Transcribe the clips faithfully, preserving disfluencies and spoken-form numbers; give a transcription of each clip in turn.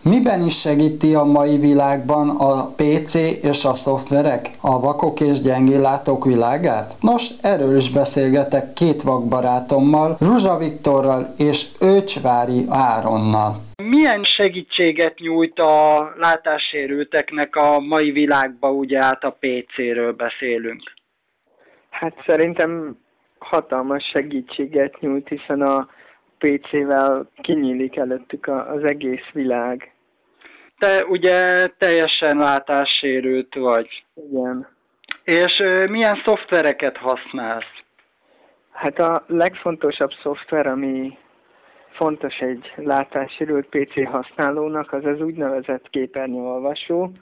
Miben is segíti a mai világban a pé cé és a szoftverek a vakok és gyengéllátók világát? Nos, erről is beszélgetek két vakbarátommal, Ruzsa Viktorral és Öcsvári Áronnal. Milyen segítséget nyújt a látássérülteknek a mai világban, ugye át a pé céről beszélünk? Hát szerintem hatalmas segítséget nyújt, hiszen a pé cével kinyílik előttük az egész világ. Te ugye teljesen látássérült vagy. Igen. És milyen szoftvereket használsz? Hát a legfontosabb szoftver, ami fontos egy látássérült pé cé használónak, az az úgynevezett képernyőolvasó,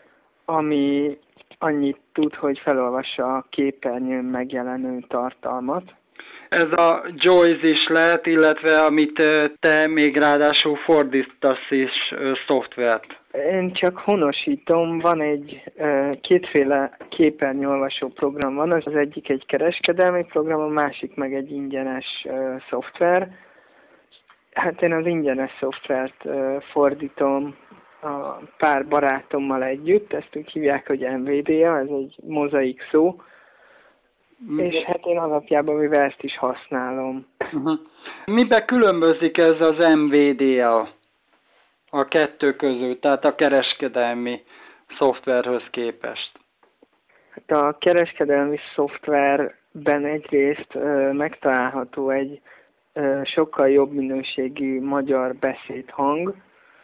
ami annyit tud, hogy felolvassa a képernyőn megjelenő tartalmat. Ez a Joyce is lehet, illetve amit te még ráadásul fordítasz is szoftvert. Én csak honosítom, van egy kétféle képernyőolvasó program van, az egyik egy kereskedelmi program, a másik meg egy ingyenes szoftver. Hát én az ingyenes szoftvert fordítom a pár barátommal együtt, ezt úgy hívják, hogy em vé dé á, ez egy mozaik szó, mm. és hát én alapjában mivel ezt is használom. Uh-huh. Miben különbözik ez az em vé dé á a kettő között, tehát a kereskedelmi szoftverhöz képest? Hát a kereskedelmi szoftverben egyrészt ö, megtalálható egy ö, sokkal jobb minőségű magyar beszédhang,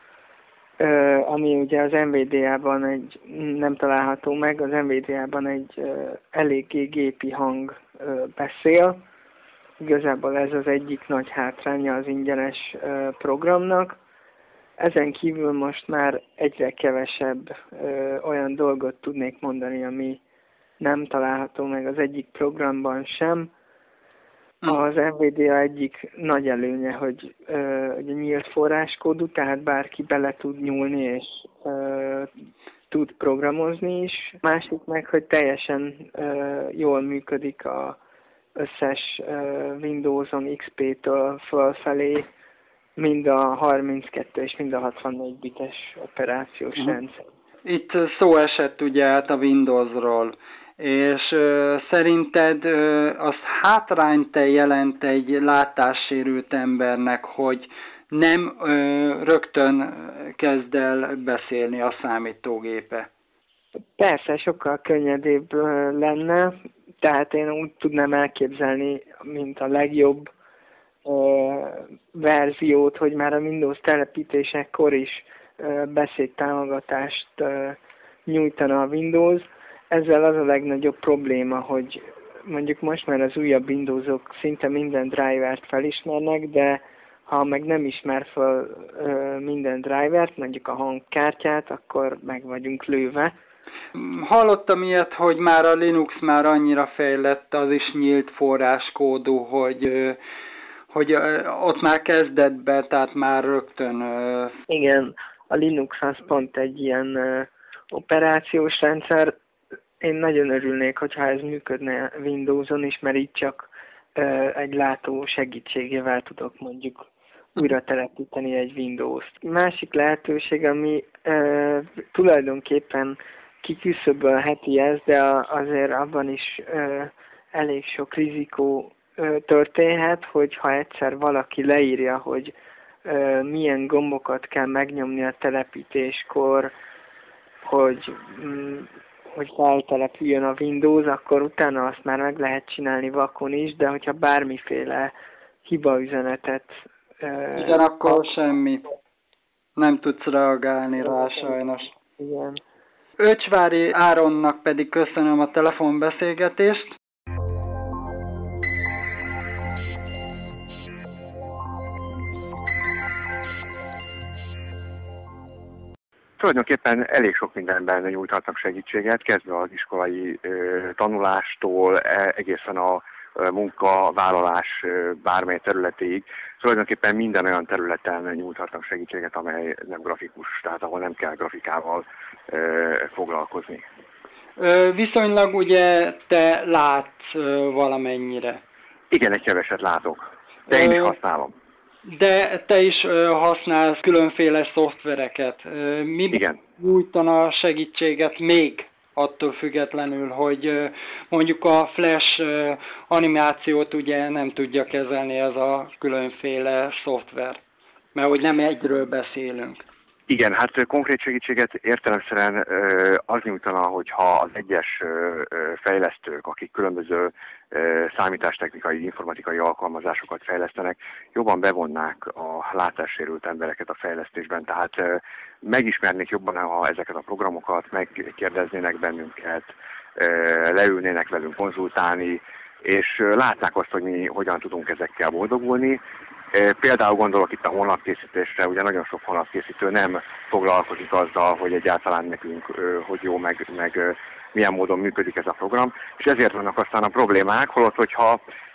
ö, ami ugye az em vé dé á-ban egy, nem található meg, az em vé dé á-ban egy ö, eléggé gépi hang ö, beszél. Igazából ez az egyik nagy hátránya az ingyenes ö, programnak. Ezen kívül most már egyre kevesebb ö, olyan dolgot tudnék mondani, ami nem található meg az egyik programban sem. Az em vé dé á egyik nagy előnye, hogy ö, ugye nyílt forráskódú, tehát bárki bele tud nyúlni és ö, tud programozni is. Másik meg, hogy teljesen ö, jól működik az összes ö, Windowson iksz pé-től fölfelé, mind a harminckettő és mind a hatvannégy bites operációs uh-huh. rendszer. Itt szó esett ugye át a Windowsról, és ö, szerinted ö, az hátrányt jelent egy látássérült embernek, hogy nem ö, rögtön kezd el beszélni a számítógépe? Persze, sokkal könnyedébb lenne, tehát én úgy tudnám elképzelni, mint a legjobb Uh, verziót, hogy már a Windows telepítésekor is uh, beszédtámogatást uh, nyújtana a Windows. Ezzel az a legnagyobb probléma, hogy mondjuk most már az újabb Windowsok szinte minden drivert felismernek, de ha meg nem ismer fel uh, minden drivert, mondjuk a hangkártyát, akkor meg vagyunk lőve. Hallottam ilyet, hogy már a Linux már annyira fejlett, az is nyílt forráskódú, hogy uh, hogy ott már kezdett be, tehát már rögtön... Uh... Igen, a Linux az pont egy ilyen uh, operációs rendszer. Én nagyon örülnék, hogyha ez működne Windowson is, mert így csak uh, egy látó segítségével tudok mondjuk újra telepíteni egy Windows-t. Másik lehetőség, ami uh, tulajdonképpen kiküszöbölheti ezt, de azért abban is uh, elég sok rizikó történhet, hogy ha egyszer valaki leírja, hogy ö, milyen gombokat kell megnyomni a telepítéskor, hogy, mm, hogy feltelepüljön a Windows, akkor utána azt már meg lehet csinálni vakon is, de hogyha bármiféle hibaüzenetet... Ö, Igen, akkor semmi. Nem tudsz reagálni rá sajnos. Igen. Öcsvári Áronnak pedig köszönöm a telefonbeszélgetést. Tulajdonképpen elég sok mindenben nyújthatnak segítséget, kezdve az iskolai ö, tanulástól e, egészen a ö, munkavállalás ö, bármely területéig. Tulajdonképpen minden olyan területen nyújthatnak segítséget, amely nem grafikus, tehát ahol nem kell grafikával ö, foglalkozni. Ö, viszonylag ugye te látsz ö, valamennyire. Igen, egy keveset látok, de én is használom. De te is használsz különféle szoftvereket. Mi Igen. nyújtana segítséget még attól függetlenül, hogy mondjuk a Flash animációt ugye nem tudja kezelni ez a különféle szoftver, mert hogy nem egyről beszélünk. Igen, hát konkrét segítséget értelemszerűen az nyújtana, hogyha az egyes fejlesztők, akik különböző számítástechnikai, informatikai alkalmazásokat fejlesztenek, jobban bevonnák a látássérült embereket a fejlesztésben, tehát megismernék jobban ha ezeket a programokat, megkérdeznének bennünket, leülnének velünk konzultálni, és látnák azt, hogy mi hogyan tudunk ezekkel boldogulni. Például gondolok itt a honlapkészítésre, ugye nagyon sok honlapkészítő nem foglalkozik azzal, hogy egyáltalán nekünk hogy jó, meg, meg milyen módon működik ez a program, és ezért vannak aztán a problémák, holott, hogyha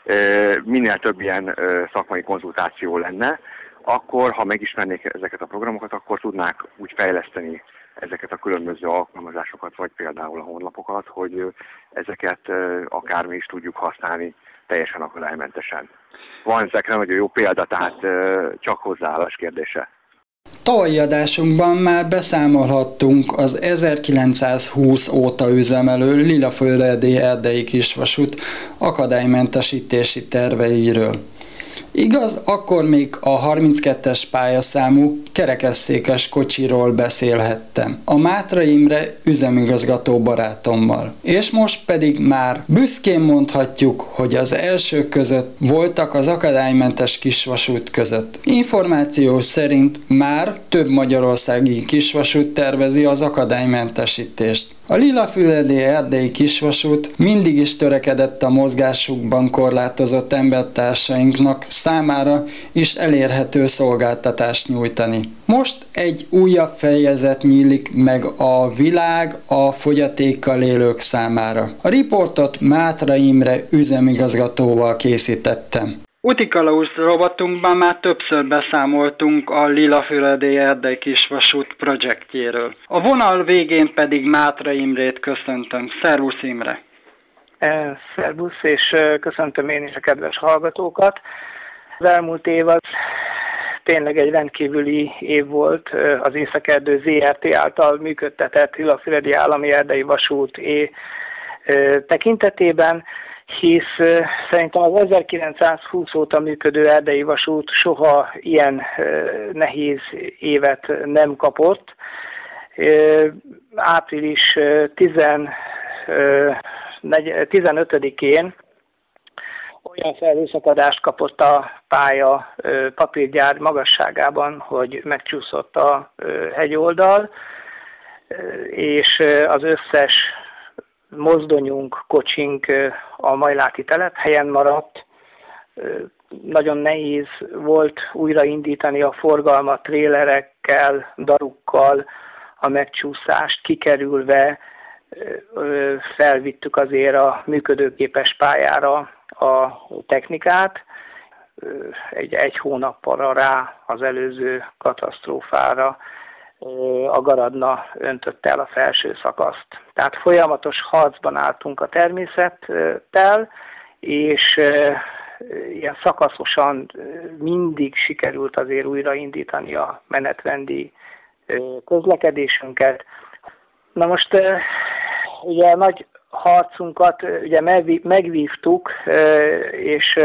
minél több ilyen szakmai konzultáció lenne, akkor, ha megismernék ezeket a programokat, akkor tudnák úgy fejleszteni ezeket a különböző alkalmazásokat, vagy például a honlapokat, hogy ezeket akár mi is tudjuk használni teljesen akadálymentesen. Van ezekre nagyon jó példa, tehát csak hozzáállás kérdése. Tavalyi adásunkban már beszámolhattunk az ezerkilencszázhúsz óta üzemelő Lilaföldi erdei kisvasút akadálymentesítési terveiről. Igaz, akkor még a harminckettes pályaszámú kerekesszékes kocsiról beszélhettem, a Mátra Imre üzemigazgató barátommal. És most pedig már büszkén mondhatjuk, hogy az elsők között voltak az akadálymentes kisvasút között. Információ szerint már több magyarországi kisvasút tervezi az akadálymentesítést. A Lilafüredi erdei kisvasút mindig is törekedett a mozgásukban korlátozott embertársainknak számára is elérhető szolgáltatást nyújtani. Most egy újabb fejezet nyílik meg a világ a fogyatékkal élők számára. A riportot Mátra Imre üzemigazgatóval készítettem. Utikalauz rovatunkban már többször beszámoltunk a Lilafüredi erdei kisvasút projektjéről. A vonal végén pedig Mátra Imrét köszöntöm. Szervusz Imre! Szervusz, és köszöntöm én is a kedves hallgatókat. Az elmúlt év az tényleg egy rendkívüli év volt az Északerdő zé er té által működtetett Lilafüredi Állami Erdei Vasút tekintetében, hisz szerintem az ezerkilencszázhúsz óta működő erdei vasút soha ilyen nehéz évet nem kapott. április tizenötödikén olyan felhőszakadást kapott a pálya papírgyár magasságában, hogy megcsúszott a hegyoldal, és az összes mozdonyunk, kocsink a Majláti telephelyen maradt. Nagyon nehéz volt újraindítani a forgalmat trélerekkel, darukkal, a megcsúszást kikerülve felvittük azért a működőképes pályára a technikát. Egy, egy hónappal rá az előző katasztrófára a Garadna öntötte el a felső szakaszt. Tehát folyamatos harcban álltunk a természettel, és ilyen szakaszosan mindig sikerült azért újraindítani a menetrendi közlekedésünket. Na most ugye a nagy harcunkat ugye megvívtuk, és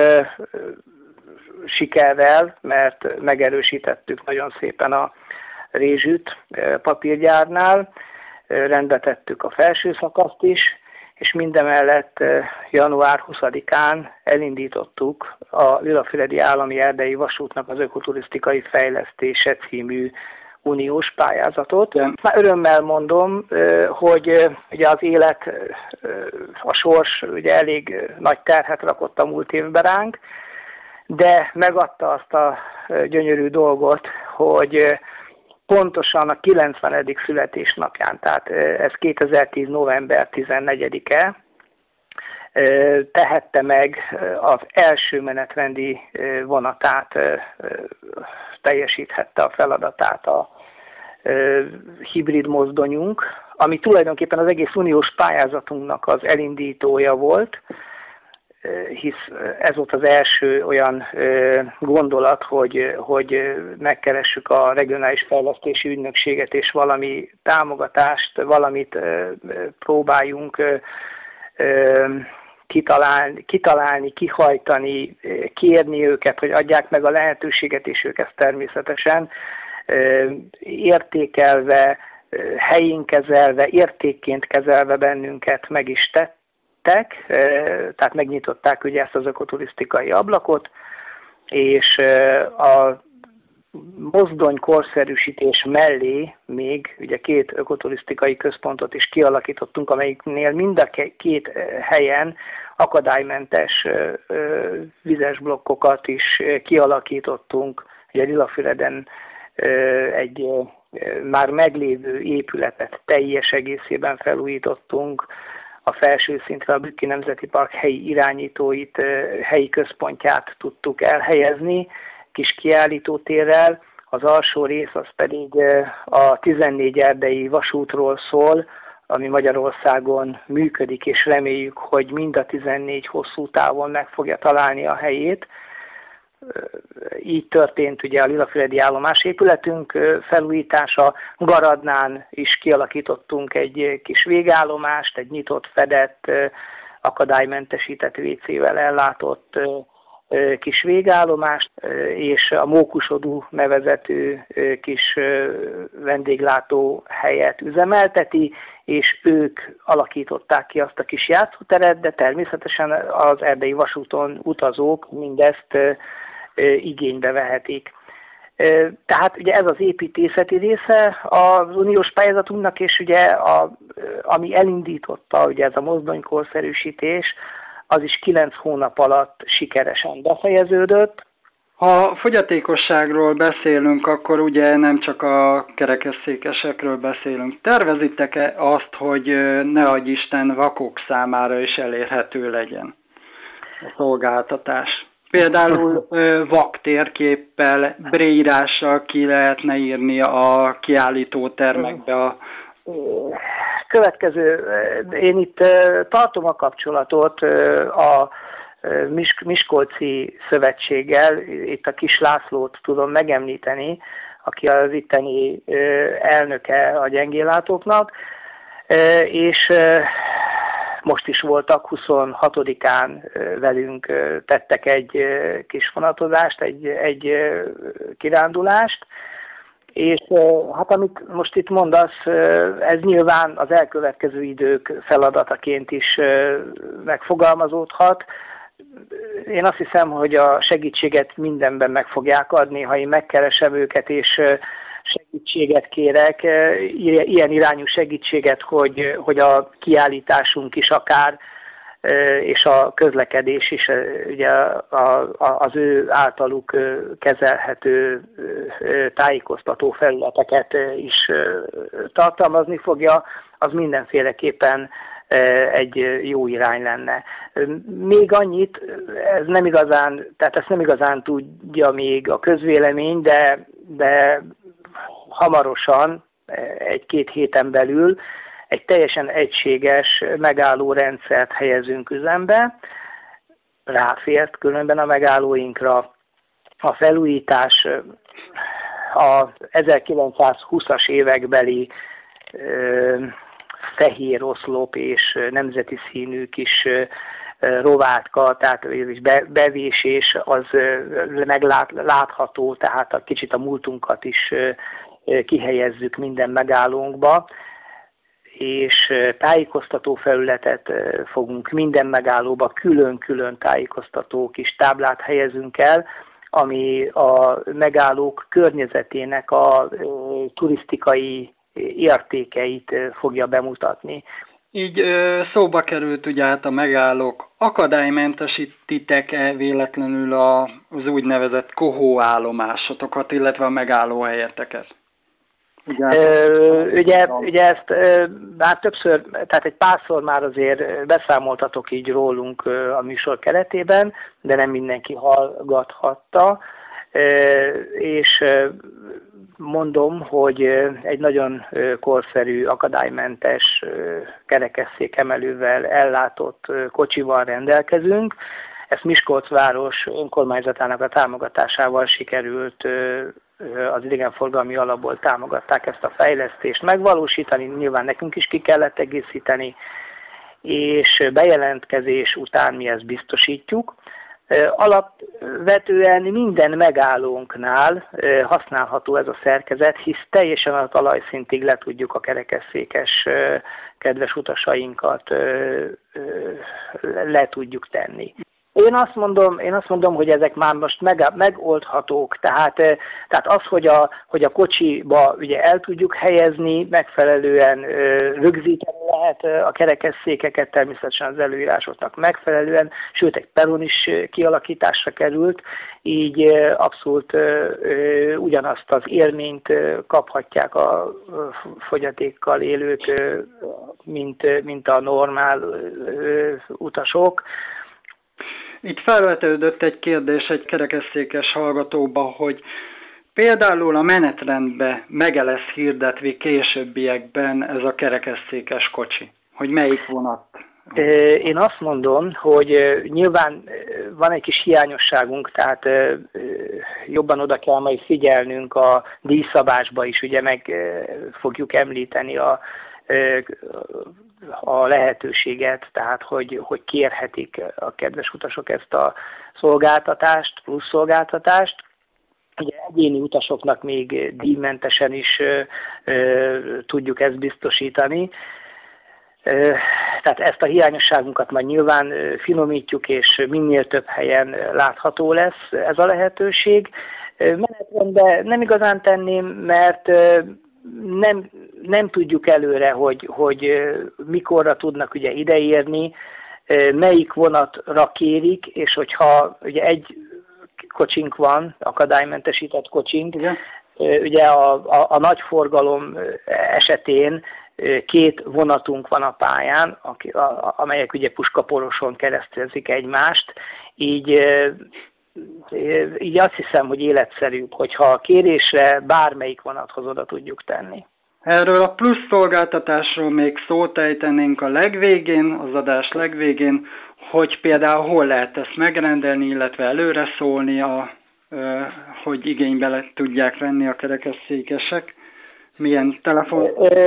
sikerrel, mert megerősítettük nagyon szépen a rézsűt papírgyárnál, rendbe tettük a felső szakaszt is, és mindemellett január huszadikán elindítottuk a Lilafüredi Állami Erdei Vasútnak az ökoturisztikai fejlesztése című uniós pályázatot. Már örömmel mondom, hogy ugye az élet, a sors ugye elég nagy terhet rakott a múlt évben ránk, de megadta azt a gyönyörű dolgot, hogy pontosan a kilencvenedik születésnapján, tehát ez kétezer-tíz november tizennegyedike, tehette meg az első menetrendi vonatát, teljesíthette a feladatát a hibrid mozdonyunk, ami tulajdonképpen az egész uniós pályázatunknak az elindítója volt. hisz ez volt az első olyan gondolat, hogy, hogy megkeressük a regionális fejlesztési ügynökséget, és valami támogatást, valamit próbáljunk kitalálni, kitalálni, kihajtani, kérni őket, hogy adják meg a lehetőséget, és ők ezt természetesen értékelve, helyén kezelve, értékként kezelve bennünket meg is tettek, tehát megnyitották ugye ezt az ökoturisztikai ablakot, és a mozdony korszerűsítés mellé még ugye két ökoturisztikai központot is kialakítottunk, amelyiknél mind a két helyen akadálymentes vizes blokkokat is kialakítottunk. Ugye Lillafüreden egy már meglévő épületet teljes egészében felújítottunk, a felső szintre a Bükki Nemzeti Park helyi irányítóit, helyi központját tudtuk elhelyezni, kis kiállítótérrel, az alsó rész az pedig a tizennégy erdei vasútról szól, ami Magyarországon működik, és reméljük, hogy mind a tizennégy hosszú távon meg fogja találni a helyét. Így történt ugye a Lillafüredi állomásépületünk felújítása, Garadnán is kialakítottunk egy kis végállomást, egy nyitott, fedett, akadálymentesített vécével ellátott kis végállomást, és a Mókusodú nevezetű kis vendéglátó helyet üzemelteti, és ők alakították ki azt a kis játszóteret, de természetesen az erdei vasúton utazók mindezt igénybe vehetik. Tehát ugye ez az építészeti része az uniós pályázatunknak, és ugye a, ami elindította ugye ez a mozdonykorszerűsítés, az is kilenc hónap alatt sikeresen befejeződött. Ha fogyatékosságról beszélünk, akkor ugye nem csak a kerekesszékesekről beszélünk. Tervezitek-e azt, hogy ne adj Isten vakok számára is elérhető legyen a szolgáltatás? Például vak térképpel, braille-írással ki lehetne írni a kiállító termekbe a... Következő, én itt tartom a kapcsolatot a Miskolci Szövetséggel, itt a Kis Lászlót tudom megemlíteni, aki az itteni elnöke a gyengéllátóknak, és most is voltak, huszonhatodikán velünk tettek egy kis vonatozást, egy, egy kirándulást, és hát amit most itt mondasz, ez nyilván az elkövetkező idők feladataként is megfogalmazódhat. Én azt hiszem, hogy a segítséget mindenben meg fogják adni, ha én megkeresem őket, és segítséget kérek, ilyen irányú segítséget, hogy, hogy a kiállításunk is akár, és a közlekedés is ugye az ő általuk kezelhető tájékoztató felületeket is tartalmazni fogja, az mindenféleképpen egy jó irány lenne. Még annyit, ez nem igazán, tehát ezt nem igazán tudja még a közvélemény, de, de hamarosan, egy-két héten belül egy teljesen egységes megállórendszert helyezünk üzembe, ráfért különben a megállóinkra. A felújítás a ezerkilencszázhúszas évekbeli ö, fehér oszlop és nemzeti színű kis rovátka, tehát be, bevésés az meglátható, tehát a kicsit a múltunkat is kihelyezzük minden megállónkba, és tájékoztató felületet fogunk minden megállóba, külön-külön tájékoztató kis táblát helyezünk el, ami a megállók környezetének a turisztikai értékeit fogja bemutatni. Így szóba került ugye hát a megállók. Akadálymentesítitek-e véletlenül az úgynevezett kohóállomásotokat, illetve a megállóhelyeteket? Ugye, Ö, ugye, ugye ezt már többször, tehát egy párszor már azért beszámoltatok így rólunk a műsor keretében, de nem mindenki hallgathatta. és mondom, hogy egy nagyon korszerű, akadálymentes kerekesszékemelővel ellátott kocsival rendelkezünk. Ezt Miskolc város önkormányzatának a támogatásával sikerült, az idegenforgalmi alapból támogatták ezt a fejlesztést megvalósítani, nyilván nekünk is ki kellett egészíteni, és bejelentkezés után mi ezt biztosítjuk. Alapvetően minden megállónknál használható ez a szerkezet, hisz teljesen a talajszintig le tudjuk a kerekesszékes kedves utasainkat le tudjuk tenni. Én azt mondom, én azt mondom, hogy ezek már most meg, megoldhatók, tehát, tehát az, hogy a, hogy a kocsiba ugye el tudjuk helyezni, megfelelően rögzíteni lehet a kerekesszékeket, természetesen az előírásoknak megfelelően, sőt egy peron is kialakításra került, így abszolút ugyanazt az élményt kaphatják a fogyatékkal élők, mint, mint a normál utasok. Itt felvetődött egy kérdés egy kerekesszékes hallgatóba, hogy például a menetrendbe meg lesz hirdetve későbbiekben ez a kerekesszékes kocsi, hogy melyik vonat? Én azt mondom, hogy nyilván van egy kis hiányosságunk, tehát jobban oda kell majd figyelnünk a díjszabásba is, ugye meg fogjuk említeni a a lehetőséget, tehát hogy, hogy kérhetik a kedves utasok ezt a szolgáltatást, plusz szolgáltatást. Ugye egyéni utasoknak még díjmentesen is ö, ö, tudjuk ezt biztosítani. Ö, tehát ezt a hiányosságunkat majd nyilván finomítjuk, és minél több helyen látható lesz ez a lehetőség. Menetrendben nem igazán tenném, mert Nem, nem tudjuk előre, hogy, hogy mikorra tudnak ugye ideérni, melyik vonatra kérik, és hogyha ugye egy kocsink van, akadálymentesített kocsink, igen. Ugye a, a, a nagy forgalom esetén két vonatunk van a pályán, amelyek ugye puskaporoson keresztezik egymást, így Így azt hiszem, hogy életszerűbb, hogyha a kérésre bármelyik vonathoz oda tudjuk tenni. Erről a plusz szolgáltatásról még szót ejtenénk a legvégén, az adás legvégén, hogy például hol lehet ezt megrendelni, illetve előre szólni, a, hogy igénybe le tudják venni a kerekesszékesek. Milyen telefon?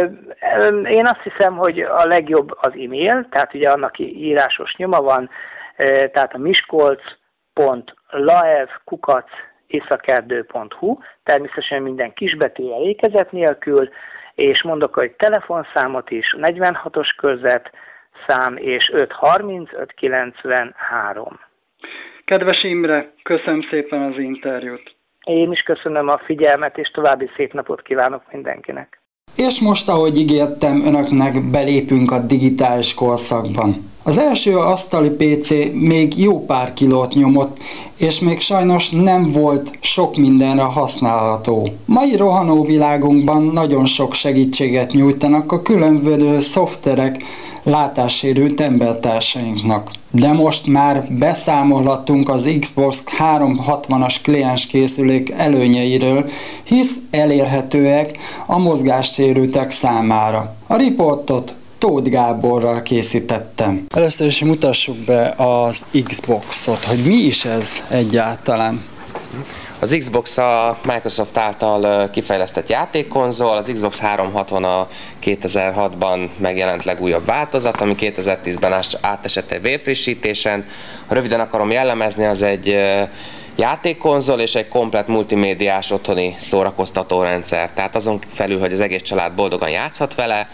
Én azt hiszem, hogy a legjobb az e-mail, tehát ugye annak írásos nyoma van, tehát a miskolc pont laev kukac északerdő pont hu, természetesen minden kisbetűvel ékezet nélkül, és mondok egy telefonszámot is, negyvenhatos körzet szám és öt harminc öt kilencvenhárom. Kedves Imre, köszönöm szépen az interjút. Én is köszönöm a figyelmet, és további szép napot kívánok mindenkinek. És most, ahogy ígértem önöknek, belépünk a digitális korszakban. Az első asztali pé cé még jó pár kilót nyomott, és még sajnos nem volt sok mindenre használható. Mai rohanó világunkban nagyon sok segítséget nyújtanak a különböző szoftverek látássérült embertársainknak. De most már beszámolhatunk az Xbox háromszázhatvanas klienskészülék előnyeiről, hisz elérhetőek a mozgássérültek számára. A riportot Tóth Gáborral készítettem. Először is mutassuk be az Xboxot, hogy mi is ez egyáltalán. Az Xbox a Microsoft által kifejlesztett játékkonzol, az Xbox háromszázhatvan a kétezer-hatban megjelent legújabb változat, ami kétezer-tízben átesett egy vérfrissítésen. Ha röviden akarom jellemezni, az egy játékkonzol és egy komplett multimédiás otthoni szórakoztatórendszer. Tehát azon felül, hogy az egész család boldogan játszhat vele,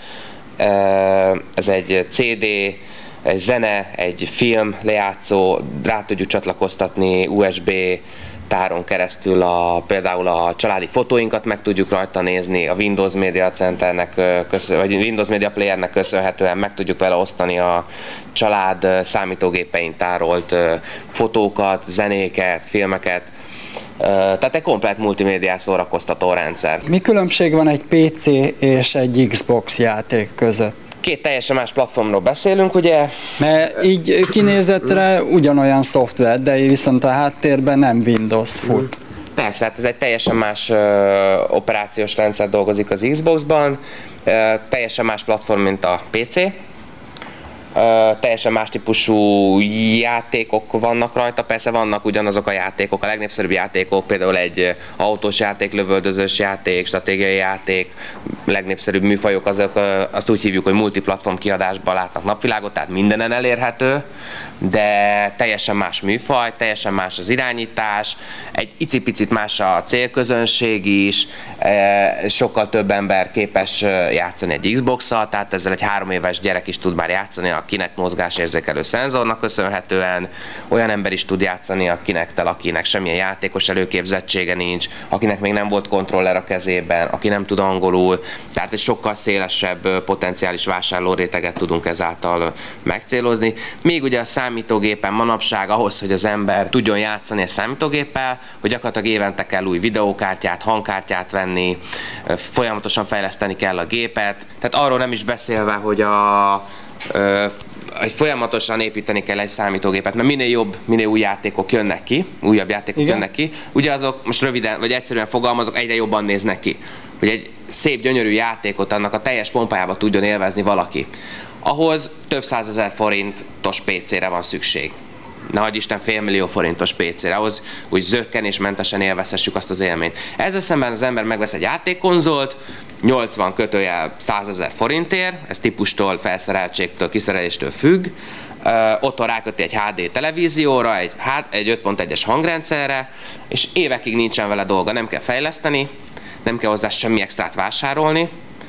ez egy cé dé, egy zene, egy film lejátszó, rá tudjuk csatlakoztatni u es bé táron keresztül a, például a családi fotóinkat meg tudjuk rajta nézni, a Windows Media Centernek, vagy Windows Media Playernek köszönhetően meg tudjuk vele osztani a család számítógépein tárolt fotókat, zenéket, filmeket. Tehát egy komplett multimédiás szórakoztató rendszer. Mi különbség van egy pé cé és egy Xbox játék között? Két teljesen más platformról beszélünk, ugye? Mert így kinézetre ugyanolyan szoftver, de viszont a háttérben nem Windows fut. Persze, hát ez egy teljesen más ö, operációs rendszer dolgozik az Xboxban, ö, teljesen más platform, mint a pé cé. Uh, teljesen más típusú játékok vannak rajta, persze vannak ugyanazok a játékok, a legnépszerűbb játékok, például egy autós játék, lövöldözős játék, stratégiai játék, legnépszerűbb műfajok, azok, uh, azt úgy hívjuk, hogy multiplatform kiadásban látnak napvilágot, tehát mindenen elérhető, de teljesen más műfaj, teljesen más az irányítás, egy icipicit más a célközönség is, uh, sokkal több ember képes játszani egy Xbox-szal, tehát ezzel egy három éves gyerek is tud már játszani, akinek mozgásérzékelő szenzornak köszönhetően, olyan ember is tud játszani, akinek tel, akinek semmilyen játékos előképzettsége nincs, akinek még nem volt kontroller a kezében, aki nem tud angolul, tehát egy sokkal szélesebb potenciális vásárlóréteget tudunk ezáltal megcélozni. Még ugye a számítógépen manapság ahhoz, hogy az ember tudjon játszani a számítógéppel, hogy gyakorlatilag évente kell új videókártyát, hangkártyát venni, folyamatosan fejleszteni kell a gépet, tehát arról nem is beszélve, hogy a hogy folyamatosan építeni kell egy számítógépet, mert minél jobb, minél új játékok jönnek ki, újabb játékok Igen. jönnek ki, ugye azok most röviden, vagy egyszerűen fogalmazok, egyre jobban néznek ki. Hogy egy szép, gyönyörű játékot annak a teljes pompájába tudjon élvezni valaki. Ahhoz több százezer forintos pé cére van szükség. Nehogy Isten félmillió forintos pé cére, ahhoz úgy zökkenésmentesen élvezhessük azt az élményt. Ezzel szemben az ember megvesz egy játékkonzolt, nyolcvan kötőjel százezer forintért, ez típustól, felszereltségtől, kiszereléstől függ, uh, otthon ráköti egy há dé televízióra, egy, egy öt pont egyes hangrendszerre, és évekig nincsen vele dolga, nem kell fejleszteni, nem kell hozzá semmi extrát vásárolni,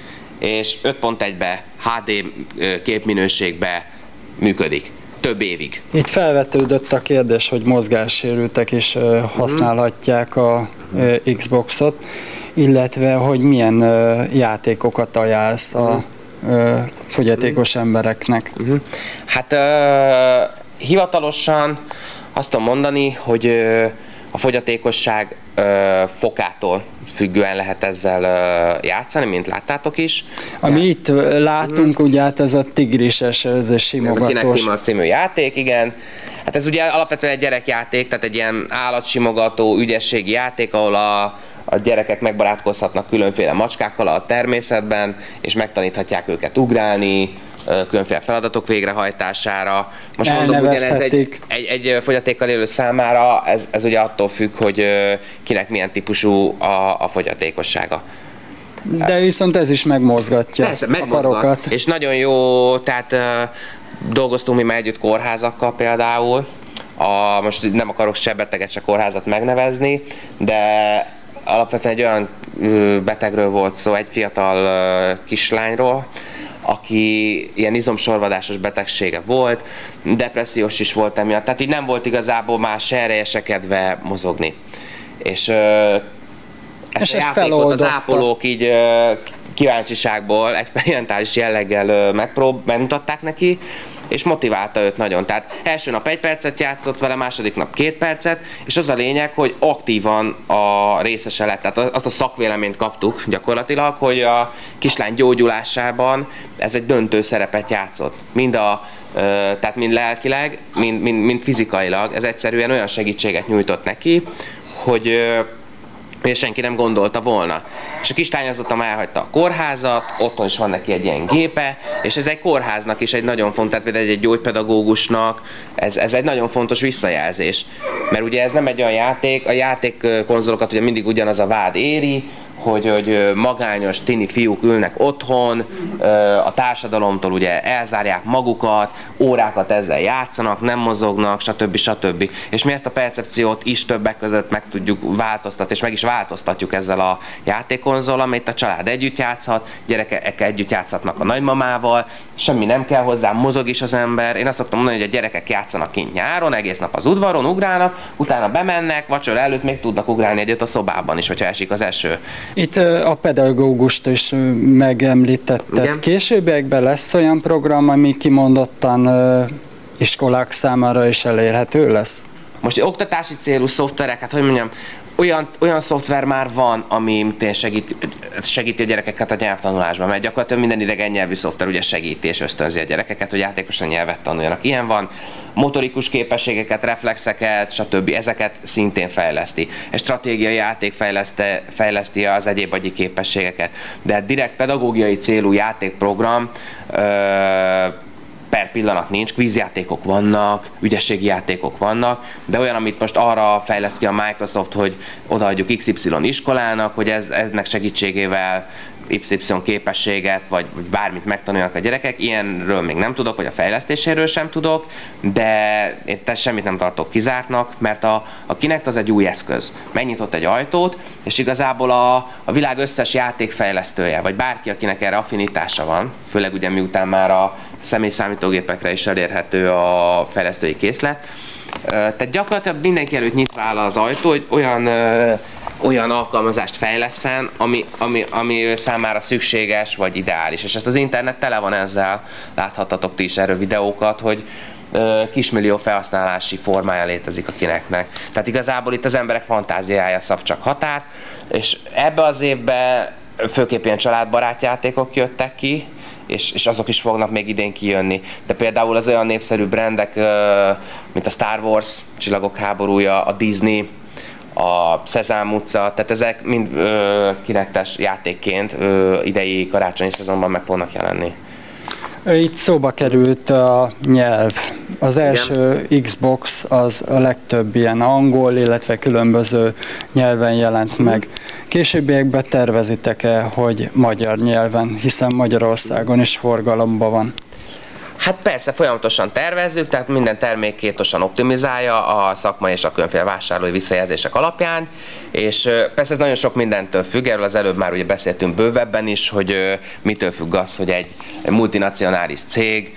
és öt pont egybe há dé képminőségbe működik. Több évig. Itt felvetődött a kérdés, hogy mozgássérültek is uh, használhatják a uh, Xboxot, illetve hogy milyen uh, játékokat ajánlsz a uh, fogyatékos embereknek. Uh-huh. Hát uh, hivatalosan azt tudom mondani, hogy uh, a fogyatékosság uh, fokától függően lehet ezzel uh, játszani, mint láttátok is. Ami ja. itt látunk, uh-huh. ugye hát ez a tigrises, ez a simogatós. Ez a Kinect című játék, igen. Hát ez ugye alapvetően egy gyerekjáték, tehát egy ilyen állatsimogató, ügyességi játék, ahol a, a gyerekek megbarátkozhatnak különféle macskákkal a természetben, és megtaníthatják őket ugrálni, különféle feladatok végrehajtására. Most mondom, ugyanez egy, egy, egy fogyatékkal élő számára, ez, ez ugye attól függ, hogy kinek milyen típusú a, a fogyatékossága. De viszont ez is megmozgatja Persze, a karokat. És nagyon jó, tehát dolgoztunk mi már együtt kórházakkal például. A, most nem akarok se beteget, se kórházat megnevezni, de alapvetően egy olyan betegről volt szó, egy fiatal kislányról, aki ilyen izomsorvadásos betegsége volt, depressziós is volt emiatt, tehát így nem volt igazából már se ereje, se kedve mozogni. És ö, ezt és a játékot az ápolók így ö, kíváncsiságból, experimentális jelleggel ö, megprób- megmutatták neki, és motiválta őt nagyon. Tehát első nap egy percet játszott vele, második nap két percet, és az a lényeg, hogy aktívan a részese lett. Tehát azt a szakvéleményt kaptuk gyakorlatilag, hogy a kislány gyógyulásában ez egy döntő szerepet játszott. Mind a tehát mind lelkileg, mind, mind, mind fizikailag. Ez egyszerűen olyan segítséget nyújtott neki, hogy és senki nem gondolta volna. És a kislány azután elhagyta a kórházat, otthon is van neki egy ilyen gépe, és ez egy kórháznak is egy nagyon fontos, tehát például egy gyógypedagógusnak, ez, ez egy nagyon fontos visszajelzés. Mert ugye ez nem egy olyan játék, a játékkonzolokat ugye mindig ugyanaz a vád éri, hogy, hogy magányos tini fiúk ülnek otthon, a társadalomtól ugye elzárják magukat, órákat ezzel játszanak, nem mozognak, stb. stb. És mi ezt a percepciót is többek között meg tudjuk változtatni, és meg is változtatjuk ezzel a játékkonzol, amit a család együtt játszhat, gyerekek együtt játszhatnak a nagymamával, semmi nem kell hozzá, mozog is az ember. Én azt szoktam mondani, hogy a gyerekek játszanak kint nyáron, egész nap az udvaron, ugrálnak, utána bemennek, vacsora előtt még tudnak ugrálni egyet a szobában is, hogyha esik az eső. Itt a pedagógust is megemlítetted. Igen. Későbbiekben lesz olyan program, ami kimondottan iskolák számára is elérhető lesz? Most oktatási célú szoftverek, hát hogy mondjam, olyan, olyan szoftver már van, ami segíti, segíti a gyerekeket a nyelvtanulásban, mert gyakorlatilag minden idegen nyelvű szoftver ugye segíti és ösztönzi a gyerekeket, hogy játékosan nyelvet tanuljanak. Ilyen van. motorikus képességeket, reflexeket, stb. Ezeket szintén fejleszti. Egy stratégiai játék fejleszti az egyéb agyi képességeket. De direkt pedagógiai célú játékprogram ö, per pillanat nincs, kvízjátékok vannak, ügyességi játékok vannak, de olyan, amit most arra fejleszt ki a Microsoft, hogy odaadjuk iksz ipszilon iskolának, hogy ez, ennek segítségével iksz ipszilon képességet, vagy, vagy bármit megtanuljanak a gyerekek, ilyenről még nem tudok, vagy a fejlesztéséről sem tudok, de én semmit nem tartok kizártnak, mert a, a Kinect az egy új eszköz. Megnyitott egy ajtót, és igazából a, a világ összes játékfejlesztője, vagy bárki, akinek erre affinitása van, főleg ugye miután már a személyszámítógépekre is elérhető a fejlesztői készlet, tehát gyakorlatilag mindenki előtt nyitva áll az ajtó, hogy olyan, ö, olyan alkalmazást fejleszen, ami, ami, ami ő számára szükséges vagy ideális. És ezt az internet tele van ezzel, láthattatok ti is erről videókat, hogy ö, kismillió felhasználási formája létezik a Kinectnek. Tehát igazából itt az emberek fantáziája szab csak határt, és ebbe az évben főképp ilyen családbarát játékok jöttek ki, És, és azok is fognak még idén kijönni. De például az olyan népszerű brandek, mint a Star Wars, Csillagok háborúja, a Disney, a Szezám utca, tehát ezek mind Kinectes játékként ö, idei karácsonyi szezonban meg fognak jelenni. Itt szóba került a nyelv. Az első Igen. Xbox az a legtöbb ilyen angol, illetve különböző nyelven jelent meg. Későbbiekben tervezitek-e, hogy magyar nyelven, hiszen Magyarországon is forgalomban van? Hát persze, folyamatosan tervezzük, tehát minden termék kétosan optimizálja a szakmai és a különféle vásárlói visszajelzések alapján, és persze ez nagyon sok mindentől függ, erről az előbb már ugye beszéltünk bővebben is, hogy mitől függ az, hogy egy multinacionális cég,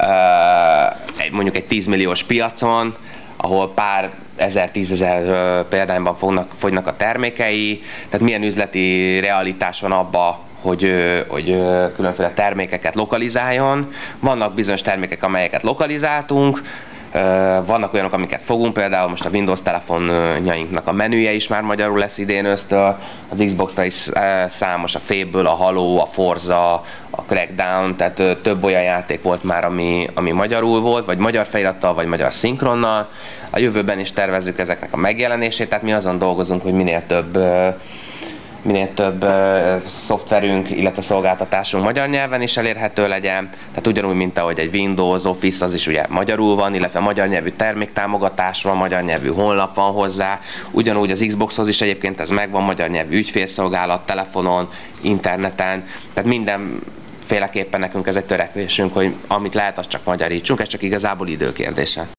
mondjuk egy tíz milliós piacon, ahol pár ezer, tízezer példányban fognak, fogynak a termékei, tehát milyen üzleti realitás van abba, hogy, hogy különféle termékeket lokalizáljon. Vannak bizonyos termékek, amelyeket lokalizáltunk, vannak olyanok, amiket fogunk, például most a Windows telefonjainknak a menüje is már magyarul lesz idén ősztől, az Xboxra is számos, a Fable, a Halo, a Forza, a Crackdown, tehát több olyan játék volt már, ami, ami magyarul volt, vagy magyar felirattal, vagy magyar szinkronnal. A jövőben is tervezzük ezeknek a megjelenését, tehát mi azon dolgozunk, hogy minél több minél több uh, szoftverünk, illetve szolgáltatásunk magyar nyelven is elérhető legyen. Tehát ugyanúgy, mint ahogy egy Windows, Office, az is ugye magyarul van, illetve magyar nyelvű terméktámogatás van, magyar nyelvű honlap van hozzá. Ugyanúgy az Xboxhoz is egyébként ez megvan, magyar nyelvű ügyfélszolgálat, telefonon, interneten. Tehát mindenféleképpen nekünk ez egy törekvésünk, hogy amit lehet, azt csak magyarítsunk, ez csak igazából időkérdése.